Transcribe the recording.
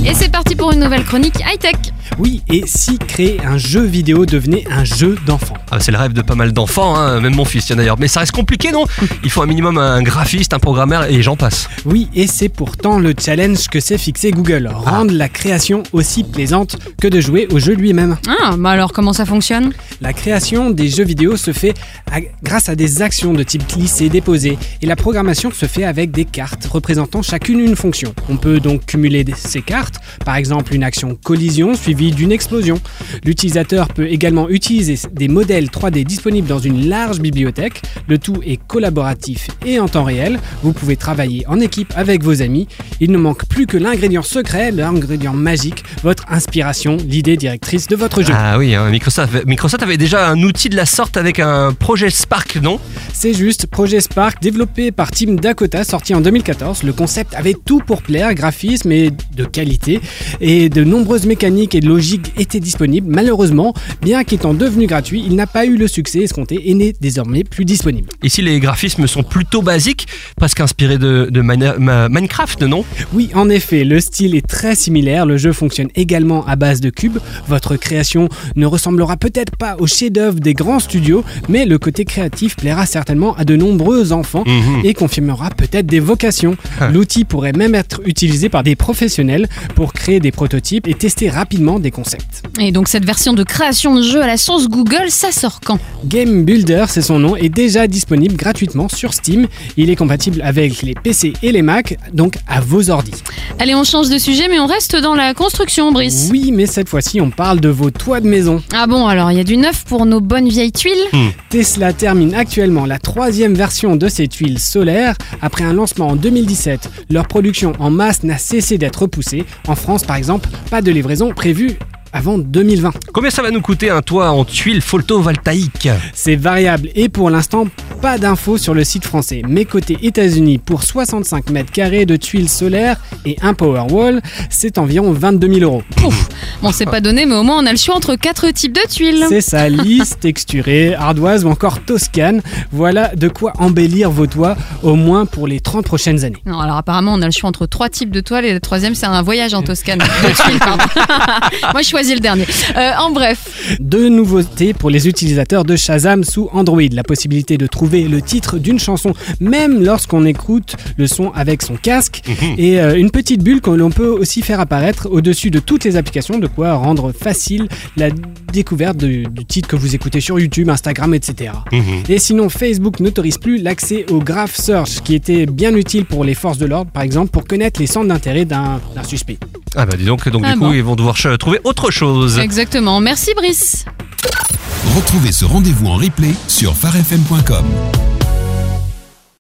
Et c'est parti pour une nouvelle chronique high-tech. Oui, et si créer un jeu vidéo devenait un jeu d'enfant? C'est le rêve de pas mal d'enfants, hein, même mon fils tiens d'ailleurs. Mais ça reste compliqué, non? Il faut un minimum un graphiste, un programmeur et j'en passe. Oui, et c'est pourtant le challenge que s'est fixé Google. Rendre la création aussi plaisante que de jouer au jeu lui-même. Ah, bah alors comment ça fonctionne? La création des jeux vidéo se fait grâce à des actions de type glisser, déposer. Et la programmation se fait avec des cartes représentant chacune une fonction. On peut donc cumuler ces cartes, par exemple une action collision suivie d'une explosion. L'utilisateur peut également utiliser des modèles 3D disponibles dans une large bibliothèque. Le tout est collaboratif et en temps réel. Vous pouvez travailler en équipe avec vos amis. Il ne manque plus que l'ingrédient secret, l'ingrédient magique, votre inspiration, l'idée directrice de votre jeu. Ah oui, hein, Microsoft avait déjà un outil de la sorte avec un projet Spark, non? C'est juste, projet Spark, développé par Team Dakota, sorti en 2014. Le concept avait tout pour plaire, graphisme et de qualité, et de nombreuses mécaniques et de logiques étaient disponibles. Malheureusement, bien qu'étant devenu gratuit, il n'a pas eu le succès escompté et n'est désormais plus disponible. Ici, les graphismes sont plutôt basiques, presque inspirés de Minecraft, non? Oui, en effet, le style est très similaire. Le jeu fonctionne également à base de cubes. Votre création ne ressemblera peut-être pas au chef-d'œuvre des grands studios, mais le côté créatif plaira certainement à de nombreux enfants et confirmera peut-être des vocations. L'outil pourrait même être utilisé par des professionnels pour créer des prototypes et tester rapidement des concepts. Et donc cette version de création de jeu à la sauce Google, ça sort quand? Game Builder, c'est son nom, est déjà disponible gratuitement sur Steam. Il est compatible avec les PC et les Mac, donc à vos ordis. Allez, on change de sujet, mais on reste dans la construction, Brice. Oui, mais cette fois-ci, on parle de vos toits de maison. Ah bon, alors il y a du neuf pour nos bonnes vieilles tuiles. Tesla termine actuellement la 3e version de ses tuiles solaires. Après un lancement en 2017, leur production en masse n'a cessé d'être repoussée. En France, par exemple, pas de livraison prévue avant 2020. Combien ça va nous coûter un toit en tuiles photovoltaïques? C'est variable et pour l'instant, pas d'infos sur le site français. Mais côté États-Unis, pour 65 mètres carrés de tuiles solaires et un Powerwall, c'est environ 22 000 euros. Ouf. Bon, c'est pas donné, mais au moins on a le choix entre 4 types de tuiles. C'est ça, lisse, texturée, ardoise ou encore toscane. Voilà de quoi embellir vos toits, au moins pour les 30 prochaines années. Non, alors apparemment on a le choix entre 3 types de toiles et le 3e c'est un voyage en Toscane. De tuiles, pardon. Moi je choisis le dernier. En bref. 2 nouveautés pour les utilisateurs de Shazam sous Android. La possibilité de trouver le titre d'une chanson même lorsqu'on écoute le son avec son casque et une petite bulle que l'on peut aussi faire apparaître au-dessus de toutes les applications, de quoi rendre facile la découverte du titre que vous écoutez sur YouTube, Instagram, etc. Et sinon, Facebook n'autorise plus l'accès au Graph Search qui était bien utile pour les forces de l'ordre, par exemple, pour connaître les centres d'intérêt d'un suspect. Ah bah dis donc du coup ils vont devoir trouver autre chose. Exactement, merci Brice. Retrouvez ce rendez-vous en replay sur farfm.com.